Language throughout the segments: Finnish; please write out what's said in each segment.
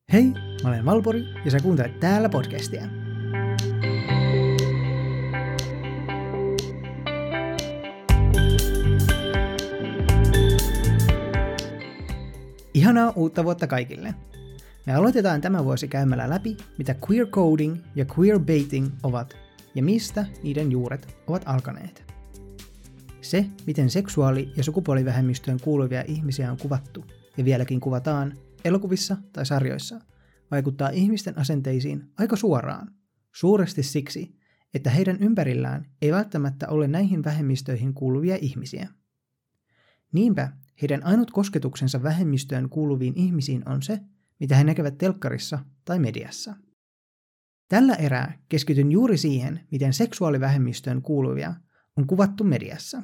Hei, mä olen Valpuri ja sä kuuntelet täällä podcastia. Ihanaa uutta vuotta kaikille! Me aloitetaan tämä vuosi käymällä läpi, mitä queer coding ja queer baiting ovat ja mistä niiden juuret ovat alkaneet. Se, miten seksuaali- ja sukupuolivähemmistöön kuuluvia ihmisiä on kuvattu ja vieläkin kuvataan elokuvissa tai sarjoissa, vaikuttaa ihmisten asenteisiin aika suoraan, suuresti siksi, että heidän ympärillään ei välttämättä ole näihin vähemmistöihin kuuluvia ihmisiä. Niinpä heidän ainut kosketuksensa vähemmistöön kuuluviin ihmisiin on se, mitä he näkevät telkkarissa tai mediassa. Tällä erää keskityn juuri siihen, miten seksuaalivähemmistöön kuuluvia on kuvattu mediassa.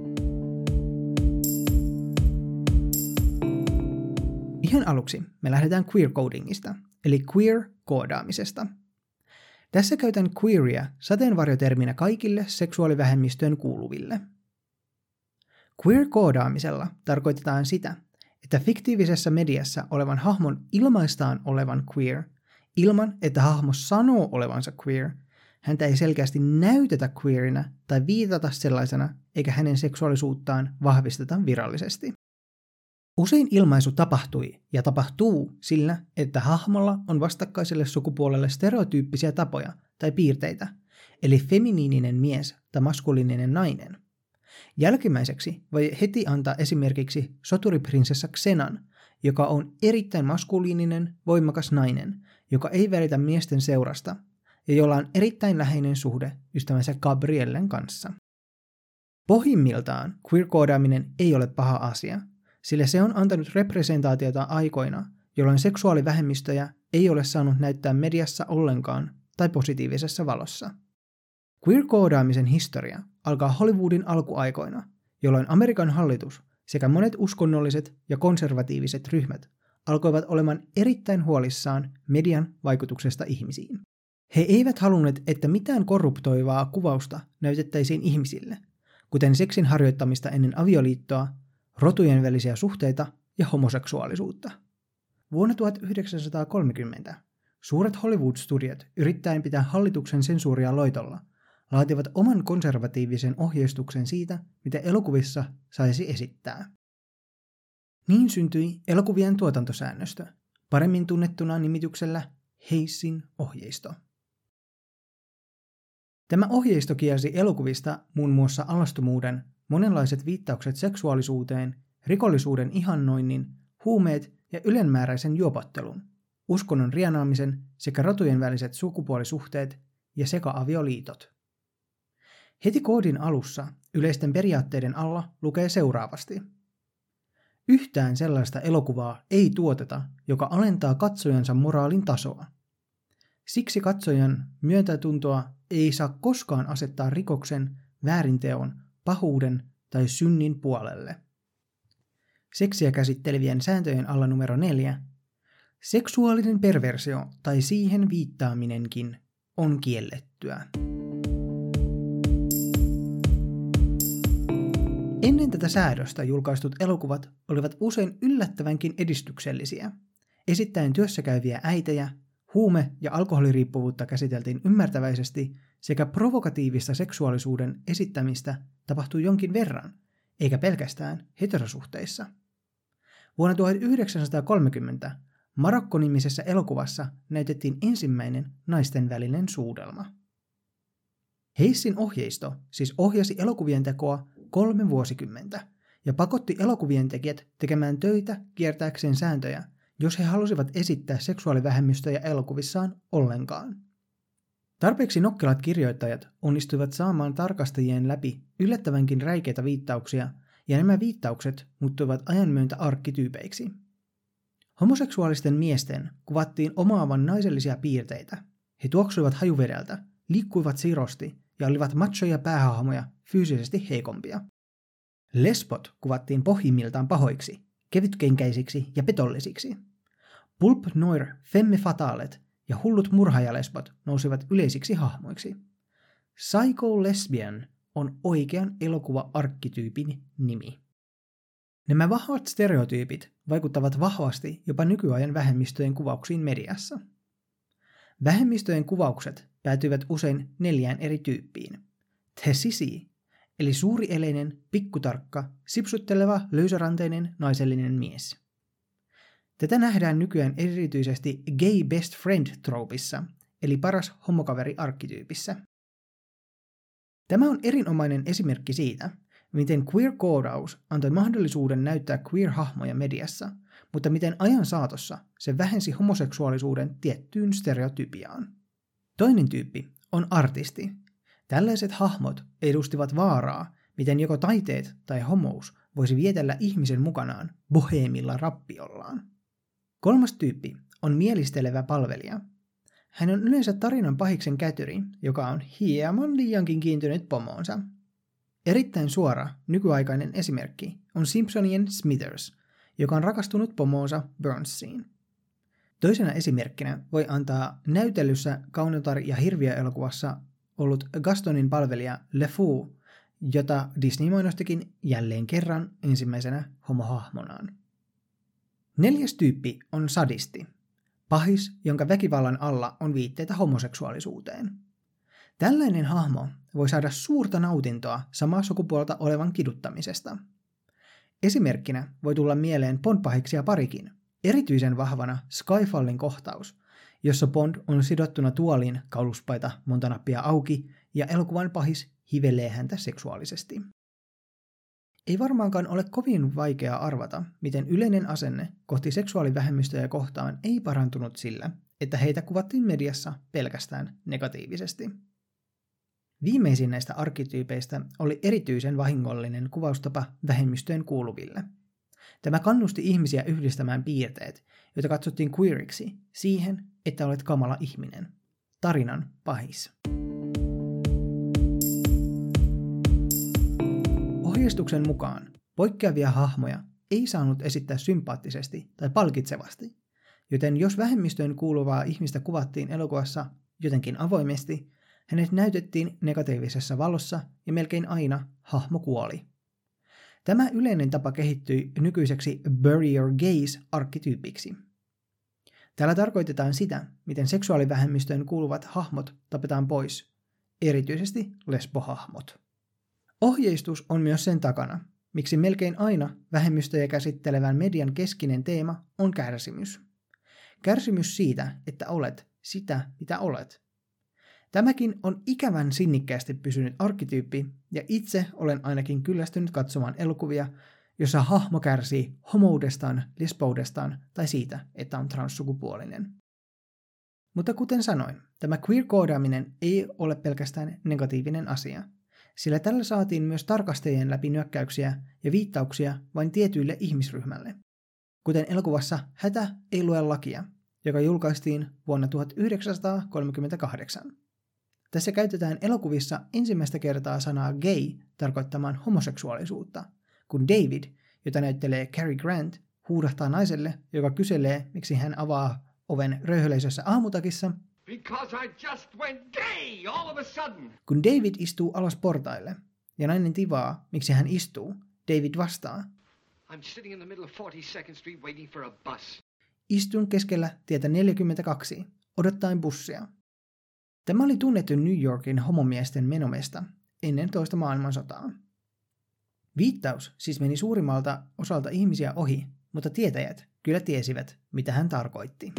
Ihan aluksi me lähdetään queer codingista, eli queer-koodaamisesta. Tässä käytän queeria sateenvarjoterminä kaikille seksuaalivähemmistöön kuuluville. Queer-koodaamisella tarkoitetaan sitä, että fiktiivisessä mediassa olevan hahmon ilmaistaan olevan queer, ilman että hahmo sanoo olevansa queer, häntä ei selkeästi näytetä queerinä tai viitata sellaisena, eikä hänen seksuaalisuuttaan vahvisteta virallisesti. Usein ilmaisu tapahtui ja tapahtuu sillä, että hahmolla on vastakkaiselle sukupuolelle stereotyyppisiä tapoja tai piirteitä, eli feminiininen mies tai maskuliininen nainen. Jälkimmäiseksi voi heti antaa esimerkiksi soturiprinsessa Xenan, joka on erittäin maskuliininen, voimakas nainen, joka ei välitä miesten seurasta ja jolla on erittäin läheinen suhde ystävänsä Gabriellen kanssa. Pohjimmiltaan queer-koodaaminen ei ole paha asia, sillä se on antanut representaatiota aikoina, jolloin seksuaalivähemmistöjä ei ole saanut näyttää mediassa ollenkaan tai positiivisessa valossa. Queer-koodaamisen historia alkaa Hollywoodin alkuaikoina, jolloin Amerikan hallitus sekä monet uskonnolliset ja konservatiiviset ryhmät alkoivat olemaan erittäin huolissaan median vaikutuksesta ihmisiin. He eivät halunneet, että mitään korruptoivaa kuvausta näytettäisiin ihmisille, kuten seksin harjoittamista ennen avioliittoa, rotujen välisiä suhteita ja homoseksuaalisuutta. Vuonna 1930 suuret Hollywood-studiot yrittäen pitää hallituksen sensuuria loitolla laativat oman konservatiivisen ohjeistuksen siitä, mitä elokuvissa saisi esittää. Niin syntyi elokuvien tuotantosäännöstö, paremmin tunnettuna nimityksellä Hayesin ohjeisto. Tämä ohjeisto kielsi elokuvista muun muassa alastomuuden, monenlaiset viittaukset seksuaalisuuteen, rikollisuuden ihannoinnin, huumeet ja ylenmääräisen juopottelun, uskonnon rienaamisen sekä rotujen väliset sukupuolisuhteet ja seka-avioliitot. Heti koodin alussa yleisten periaatteiden alla lukee seuraavasti. Yhtään sellaista elokuvaa ei tuoteta, joka alentaa katsojansa moraalin tasoa. Siksi katsojan myötätuntoa ei saa koskaan asettaa rikoksen, väärinteon, pahuuden tai synnin puolelle. Seksiä käsittelevien sääntöjen alla numero 4. Seksuaalinen perversio tai siihen viittaaminenkin on kiellettyä. Ennen tätä säädöstä julkaistut elokuvat olivat usein yllättävänkin edistyksellisiä. Esittäen työssäkäyviä äitejä, huume- ja alkoholiriippuvuutta käsiteltiin ymmärtäväisesti sekä provokatiivista seksuaalisuuden esittämistä tapahtui jonkin verran, eikä pelkästään heterosuhteissa. Vuonna 1930 Marokko-nimisessä elokuvassa näytettiin ensimmäinen naisten välinen suudelma. Hayesin ohjeisto siis ohjasi elokuvien tekoa 3 vuosikymmentä ja pakotti elokuvien tekijät tekemään töitä kiertääkseen sääntöjä, jos he halusivat esittää seksuaalivähemmistöjä elokuvissaan ollenkaan. Tarpeeksi nokkelat kirjoittajat onnistuivat saamaan tarkastajien läpi yllättävänkin räikeitä viittauksia, ja nämä viittaukset muuttuivat ajan myöntä arkkityypeiksi. Homoseksuaalisten miesten kuvattiin omaavan naisellisia piirteitä. He tuoksuivat hajuvedeltä, liikkuivat sirosti ja olivat machoja päähahmoja, fyysisesti heikompia. Lesbot kuvattiin pohjimmiltaan pahoiksi, kevytkenkäisiksi ja petollisiksi. Pulp noir femme fatales ja hullut murhaajalesbot nousivat yleisiksi hahmoiksi. Psycho lesbian on oikean elokuva-arkkityypin nimi. Nämä vahvat stereotyypit vaikuttavat vahvasti jopa nykyajan vähemmistöjen kuvauksiin mediassa. Vähemmistöjen kuvaukset päätyivät usein 4 eri tyyppiin. The sissy, eli suurieleinen, pikkutarkka, sipsutteleva, löysäranteinen, naisellinen mies. Tätä nähdään nykyään erityisesti gay best friend-troopissa, eli paras homokaveri-arkkityypissä. Tämä on erinomainen esimerkki siitä, miten queer-koodaus antoi mahdollisuuden näyttää queer-hahmoja mediassa, mutta miten ajan saatossa se vähensi homoseksuaalisuuden tiettyyn stereotypiaan. Toinen tyyppi on artisti. Tällaiset hahmot edustivat vaaraa, miten joko taiteet tai homous voisi vietellä ihmisen mukanaan boheemilla rappiollaan. Kolmas tyyppi on mielistelevä palvelija. Hän on yleensä tarinan pahiksen kätyri, joka on hieman liiankin kiintynyt pomoonsa. Erittäin suora, nykyaikainen esimerkki on Simpsonien Smithers, joka on rakastunut pomoonsa Burnsiin. Toisena esimerkkinä voi antaa näytellyssä Kaunotar ja hirviö-elokuvassa ollut Gastonin palvelija LeFou, jota Disney mainostikin jälleen kerran ensimmäisenä homohahmonaan. 4. tyyppi on sadisti. Pahis, jonka väkivallan alla on viitteitä homoseksuaalisuuteen. Tällainen hahmo voi saada suurta nautintoa samaa sukupuolta olevan kiduttamisesta. Esimerkkinä voi tulla mieleen Bond-pahiksia parikin, erityisen vahvana Skyfallin kohtaus, jossa Bond on sidottuna tuoliin kauluspaita monta nappia auki ja elokuvan pahis hivelee häntä seksuaalisesti. Ei varmaankaan ole kovin vaikeaa arvata, miten yleinen asenne kohti seksuaalivähemmistöjä kohtaan ei parantunut sillä, että heitä kuvattiin mediassa pelkästään negatiivisesti. Viimeisin näistä arkkityypeistä oli erityisen vahingollinen kuvaustapa vähemmistöjen kuuluville. Tämä kannusti ihmisiä yhdistämään piirteet, joita katsottiin queeriksi, siihen, että olet kamala ihminen. Tarinan pahis. Ohjeistuksen mukaan poikkeavia hahmoja ei saanut esittää sympaattisesti tai palkitsevasti, joten jos vähemmistöön kuuluvaa ihmistä kuvattiin elokuvassa jotenkin avoimesti, hänet näytettiin negatiivisessa valossa ja melkein aina hahmo kuoli. Tämä yleinen tapa kehittyi nykyiseksi bury your gays-arkkityypiksi. Tällä tarkoitetaan sitä, miten seksuaalivähemmistöön kuuluvat hahmot tapetaan pois, erityisesti lesbohahmot. Ohjeistus on myös sen takana, miksi melkein aina vähemmistöjä käsittelevän median keskinen teema on kärsimys. Kärsimys siitä, että olet sitä, mitä olet. Tämäkin on ikävän sinnikkäästi pysynyt arkkityyppi, ja itse olen ainakin kyllästynyt katsomaan elokuvia, jossa hahmo kärsii homoudestaan, lesboudestaan tai siitä, että on transsukupuolinen. Mutta kuten sanoin, tämä queer-koodaaminen ei ole pelkästään negatiivinen asia, sillä tällä saatiin myös tarkastajien läpi nyökkäyksiä ja viittauksia vain tietyille ihmisryhmälle, kuten elokuvassa Hätä ei lue lakia, joka julkaistiin vuonna 1938. Tässä käytetään elokuvissa ensimmäistä kertaa sanaa gay tarkoittamaan homoseksuaalisuutta, kun David, jota näyttelee Cary Grant, huudahtaa naiselle, joka kyselee, miksi hän avaa oven röyhöleisessä aamutakissa. Because I just went gay all of a sudden. Kun David istuu alas portaille ja nainen tivaa, miksi hän istuu, David vastaa. I'm sitting in the middle of 42nd Street waiting for a bus. Istun keskellä tietä 42, odottaen bussia. Tämä oli tunnettu New Yorkin homomiesten menomesta ennen toista maailmansotaa. Viittaus siis meni suurimmalta osalta ihmisiä ohi, mutta tietäjät kyllä tiesivät, mitä hän tarkoitti.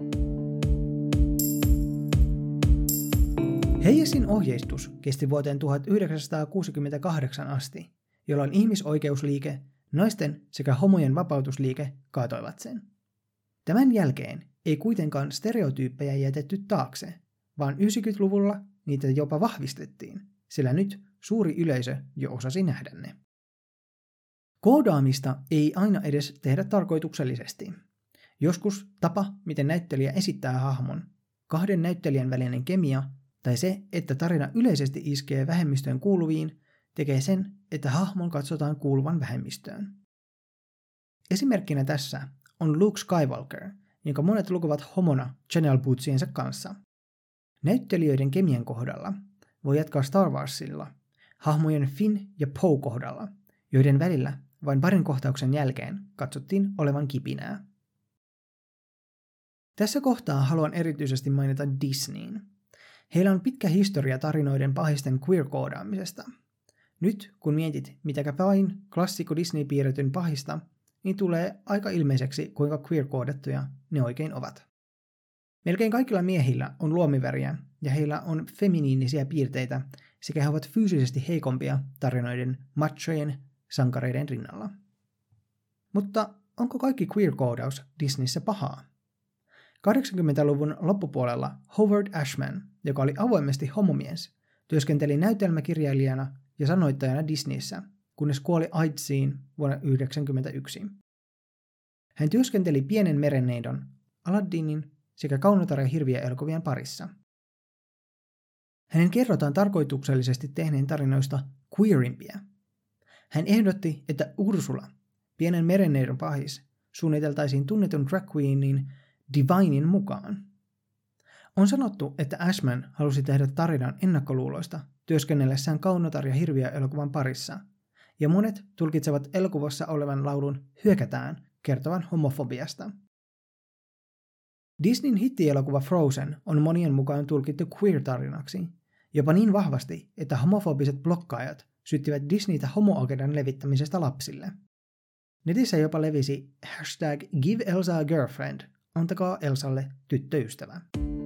Hayesin ohjeistus kesti vuoteen 1968 asti, jolloin ihmisoikeusliike, naisten sekä homojen vapautusliike kaatoivat sen. Tämän jälkeen ei kuitenkaan stereotyyppejä jätetty taakse, vaan 90-luvulla niitä jopa vahvistettiin, sillä nyt suuri yleisö jo osasi nähdä ne. Koodaamista ei aina edes tehdä tarkoituksellisesti. Joskus tapa, miten näyttelijä esittää hahmon, 2 näyttelijän välinen kemia tai se, että tarina yleisesti iskee vähemmistöön kuuluviin, tekee sen, että hahmon katsotaan kuuluvan vähemmistöön. Esimerkkinä tässä on Luke Skywalker, jonka monet lukevat homona General Bootsiensa kanssa. Näyttelijöiden kemian kohdalla voi jatkaa Star Warsilla, hahmojen Finn ja Poe kohdalla, joiden välillä vain parin kohtauksen jälkeen katsottiin olevan kipinää. Tässä kohtaa haluan erityisesti mainita Disneyn. Heillä on pitkä historia tarinoiden pahisten queer-koodaamisesta. Nyt, kun mietit mitäkä vain klassikko Disney-piirretyn pahista, niin tulee aika ilmeiseksi, kuinka queer-koodattuja ne oikein ovat. Melkein kaikilla miehillä on luomiväriä ja heillä on feminiinisiä piirteitä sekä he ovat fyysisesti heikompia tarinoiden machojen sankareiden rinnalla. Mutta onko kaikki queer-koodaus Disneyssä pahaa? 80-luvun loppupuolella Howard Ashman, joka oli avoimesti homomies, työskenteli näytelmäkirjailijana ja sanoittajana Disneyssä, kunnes kuoli AIDSiin vuonna 1991. Hän työskenteli Pienen merenneidon, Aladdinin sekä Kaunotar ja hirviö-elokuvien parissa. Hänen kerrotaan tarkoituksellisesti tehneen tarinoista queerimpia. Hän ehdotti, että Ursula, Pienen merenneidon pahis, suunniteltaisiin tunnetun drag queenin Divinin mukaan. On sanottu, että Ashman halusi tehdä tarinan ennakkoluuloista työskennellessään Kaunotar ja hirviö-elokuvan parissa, ja monet tulkitsevat elokuvassa olevan laulun Hyökätään kertovan homofobiasta. Disneyn hittielokuva Frozen on monien mukaan tulkittu queer-tarinaksi, jopa niin vahvasti, että homofobiset blokkaajat syyttivät Disneytä homoagendan levittämisestä lapsille. Netissä jopa levisi #Give Elsa a girlfriend, antakaa Elsalle tyttöystävä.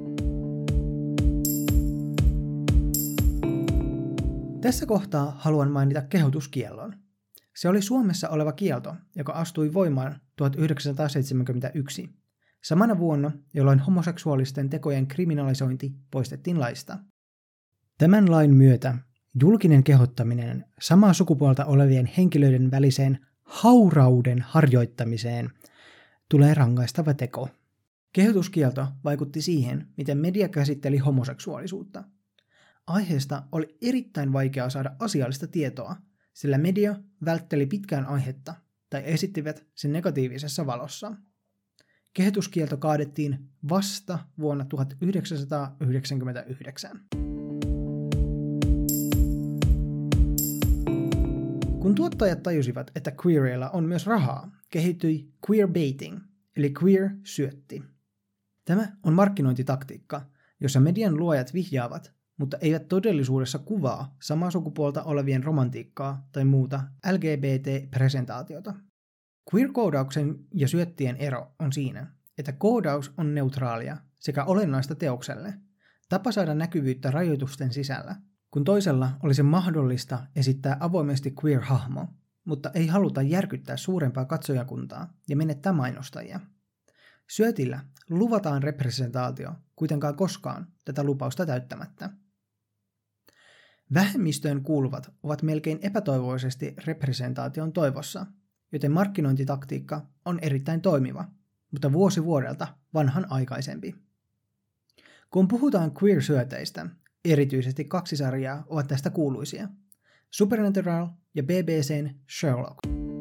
Tässä kohtaa haluan mainita kehotuskiellon. Se oli Suomessa oleva kielto, joka astui voimaan 1971, samana vuonna, jolloin homoseksuaalisten tekojen kriminalisointi poistettiin laista. Tämän lain myötä julkinen kehottaminen samaa sukupuolta olevien henkilöiden väliseen haurauden harjoittamiseen tulee rangaistava teko. Kehotuskielto vaikutti siihen, miten media käsitteli homoseksuaalisuutta. Aiheesta oli erittäin vaikeaa saada asiallista tietoa, sillä media vältteli pitkään aihetta tai esittivät sen negatiivisessa valossa. Kehotuskielto kaadettiin vasta vuonna 1999. Kun tuottajat tajusivat, että queereilla on myös rahaa, kehittyi queerbaiting, eli queer-syötti. Tämä on markkinointitaktiikka, jossa median luojat vihjaavat, mutta eivät todellisuudessa kuvaa samaa sukupuolta olevien romantiikkaa tai muuta LGBT-presentaatiota. Queer-koodauksen ja syöttien ero on siinä, että koodaus on neutraalia sekä olennaista teokselle, tapa saada näkyvyyttä rajoitusten sisällä, kun toisella olisi mahdollista esittää avoimesti queer-hahmo, mutta ei haluta järkyttää suurempaa katsojakuntaa ja menettää mainostajia. Syötillä luvataan representaatio, kuitenkaan koskaan tätä lupausta täyttämättä. Vähemmistöön kuuluvat ovat melkein epätoivoisesti representaation toivossa, joten markkinointitaktiikka on erittäin toimiva, mutta vuosi vuodelta vanhanaikaisempi. Kun puhutaan queer-syöteistä, erityisesti 2 sarjaa ovat tästä kuuluisia: Supernatural ja BBC:n Sherlock.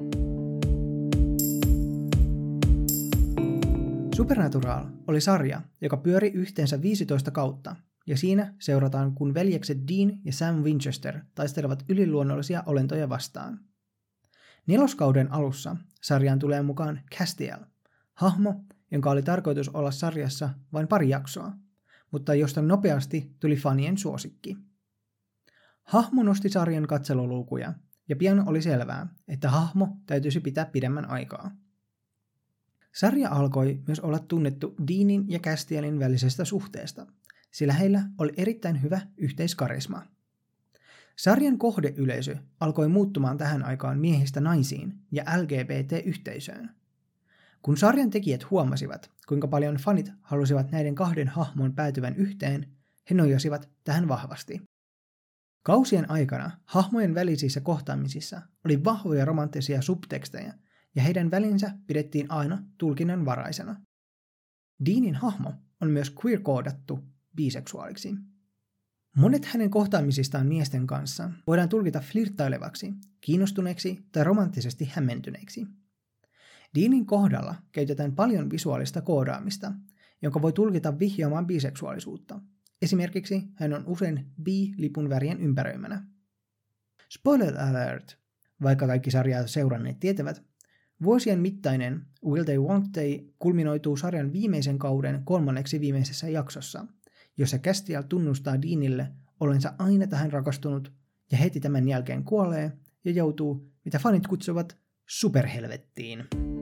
Supernatural oli sarja, joka pyöri yhteensä 15 kautta, ja siinä seurataan, kun veljekset Dean ja Sam Winchester taistelevat yliluonnollisia olentoja vastaan. 4. kauden alussa sarjaan tulee mukaan Castiel, hahmo, jonka oli tarkoitus olla sarjassa vain pari jaksoa, mutta josta nopeasti tuli fanien suosikki. Hahmo nosti sarjan katselulukuja, ja pian oli selvää, että hahmo täytyisi pitää pidemmän aikaa. Sarja alkoi myös olla tunnettu Deanin ja Castielin välisestä suhteesta, sillä heillä oli erittäin hyvä yhteiskarisma. Sarjan kohdeyleisö alkoi muuttumaan tähän aikaan miehistä naisiin ja LGBT-yhteisöön. Kun sarjan tekijät huomasivat, kuinka paljon fanit halusivat näiden 2 hahmon päätyvän yhteen, he nojasivat tähän vahvasti. Kausien aikana hahmojen välisissä kohtaamisissa oli vahvoja romanttisia subtekstejä, ja heidän välinsä pidettiin aina tulkinnanvaraisena. Deanin hahmo on myös queer-koodattu biseksuaaliksi. Monet hänen kohtaamisistaan miesten kanssa voidaan tulkita flirttailevaksi, kiinnostuneeksi tai romanttisesti hämmentyneeksi. Deanin kohdalla käytetään paljon visuaalista koodaamista, jonka voi tulkita vihjaamaan biseksuaalisuutta. Esimerkiksi hän on usein bi-lipun värien ympäröimänä. Spoiler alert! vaikka kaikki sarjaa seuranneet tietävät, vuosien mittainen Will They Won't They kulminoituu sarjan viimeisen kauden 3. viimeisessä jaksossa, jossa Castiel tunnustaa Deanille ollensa aina tähän rakastunut ja heti tämän jälkeen kuolee ja joutuu, mitä fanit kutsuvat, superhelvettiin.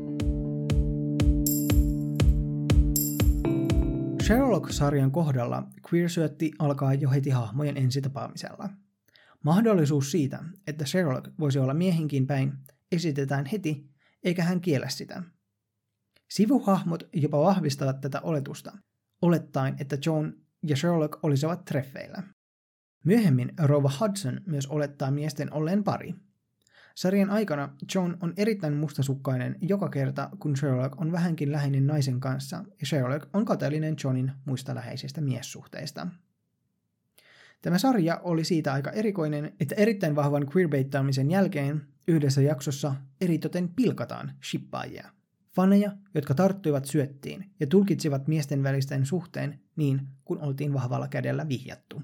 Sherlock-sarjan kohdalla queer-syötti alkaa jo heti hahmojen ensitapaamisella. Mahdollisuus siitä, että Sherlock voisi olla miehinkin päin, esitetään heti, eikä hän kiellä sitä. Sivuhahmot jopa vahvistavat tätä oletusta, olettaen, että John ja Sherlock olisivat treffeillä. Myöhemmin rouva Hudson myös olettaa miesten olleen pari. Sarjan aikana John on erittäin mustasukkainen joka kerta, kun Sherlock on vähänkin läheinen naisen kanssa, ja Sherlock on kateellinen Johnin muista läheisistä miessuhteista. Tämä sarja oli siitä aika erikoinen, että erittäin vahvan queerbaittaamisen jälkeen yhdessä jaksossa eritoten pilkataan shippaajia. Faneja, jotka tarttuivat syöttiin ja tulkitsivat miesten välisten suhteen niin, kun oltiin vahvalla kädellä vihjattu.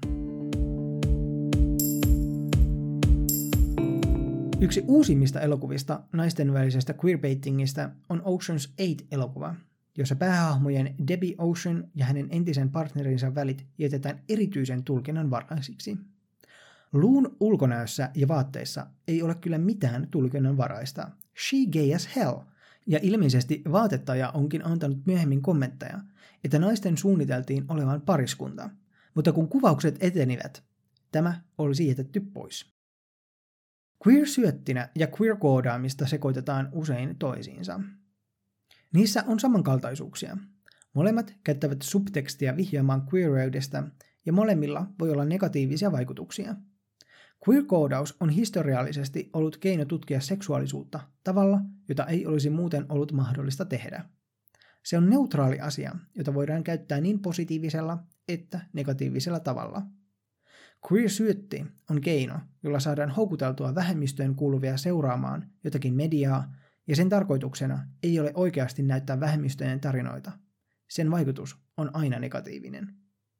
Yksi uusimmista elokuvista naisten välisestä queerbaitingista on Ocean's 8-elokuva, jossa päähahmojen Debbie Ocean ja hänen entisen partnerinsa välit jätetään erityisen tulkinnan varaisiksi. Luun ulkonäössä ja vaatteissa ei ole kyllä mitään tulkinnan varaista. She gay as hell. Ja ilmeisesti vaatettaja onkin antanut myöhemmin kommentteja, että naisten suunniteltiin olevan pariskunta, mutta kun kuvaukset etenivät, tämä olisi jätetty pois. Queer-syöttinä ja queer-koodaamista sekoitetaan usein toisiinsa. Niissä on samankaltaisuuksia. Molemmat käyttävät subtekstiä vihjaamaan queereydestä ja molemmilla voi olla negatiivisia vaikutuksia. Queer-koodaus on historiallisesti ollut keino tutkia seksuaalisuutta tavalla, jota ei olisi muuten ollut mahdollista tehdä. Se on neutraali asia, jota voidaan käyttää niin positiivisella että negatiivisella tavalla. Queer-syötti on keino, jolla saadaan houkuteltua vähemmistöön kuuluvia seuraamaan jotakin mediaa, ja sen tarkoituksena ei ole oikeasti näyttää vähemmistöjen tarinoita. Sen vaikutus on aina negatiivinen.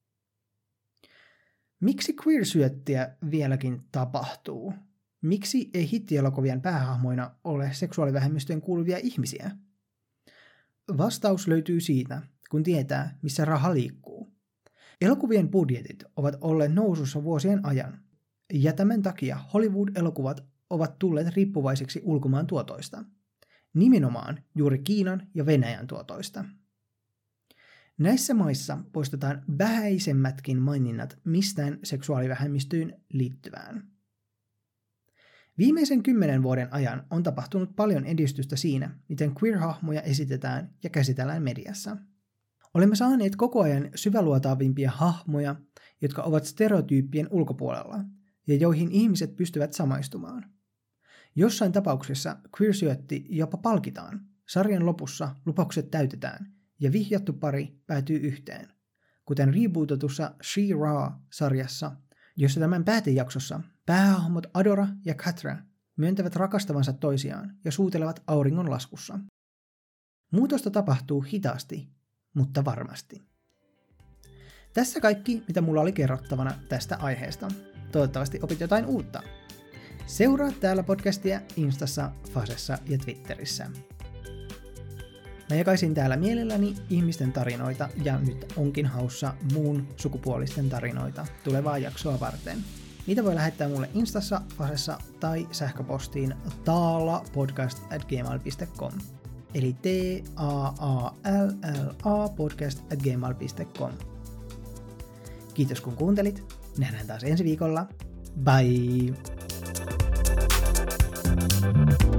Miksi queer-syöttiä vieläkin tapahtuu? Miksi ei hittielokuvien päähahmoina ole seksuaalivähemmistöön kuuluvia ihmisiä? Vastaus löytyy siitä, kun tietää, missä raha liikkuu. Elokuvien budjetit ovat olleet nousussa vuosien ajan, ja tämän takia Hollywood-elokuvat ovat tulleet riippuvaisiksi ulkomaan tuotoista. Nimenomaan juuri Kiinan ja Venäjän tuotoista. Näissä maissa poistetaan vähäisemmätkin maininnat mistään seksuaalivähemmistöön liittyvään. Viimeisen 10 vuoden ajan on tapahtunut paljon edistystä siinä, miten queer-hahmoja esitetään ja käsitellään mediassa. Olemme saaneet koko ajan syväluotaavimpia hahmoja, jotka ovat stereotyyppien ulkopuolella ja joihin ihmiset pystyvät samaistumaan. Jossain tapauksessa queer-syötti jopa palkitaan, sarjan lopussa lupaukset täytetään ja vihjattu pari päätyy yhteen, kuten rebootetussa She-Ra-sarjassa, jossa tämän päätejaksossa päähahmot Adora ja Catra myöntävät rakastavansa toisiaan ja suutelevat auringon laskussa. Muutosta tapahtuu hitaasti, mutta varmasti. Tässä kaikki, mitä mulla oli kerrottavana tästä aiheesta. Toivottavasti opit jotain uutta. Seuraa täällä podcastia Instassa, Fasessa ja Twitterissä. Mä jakaisin täällä mielelläni ihmisten tarinoita ja nyt onkin haussa muun sukupuolisten tarinoita tulevaa jaksoa varten. Niitä voi lähettää mulle Instassa, Fasessa tai sähköpostiin taalapodcast@gmail.com eli taallapodcast@gmail.com. Kiitos kun kuuntelit. Nähdään taas ensi viikolla. Bye!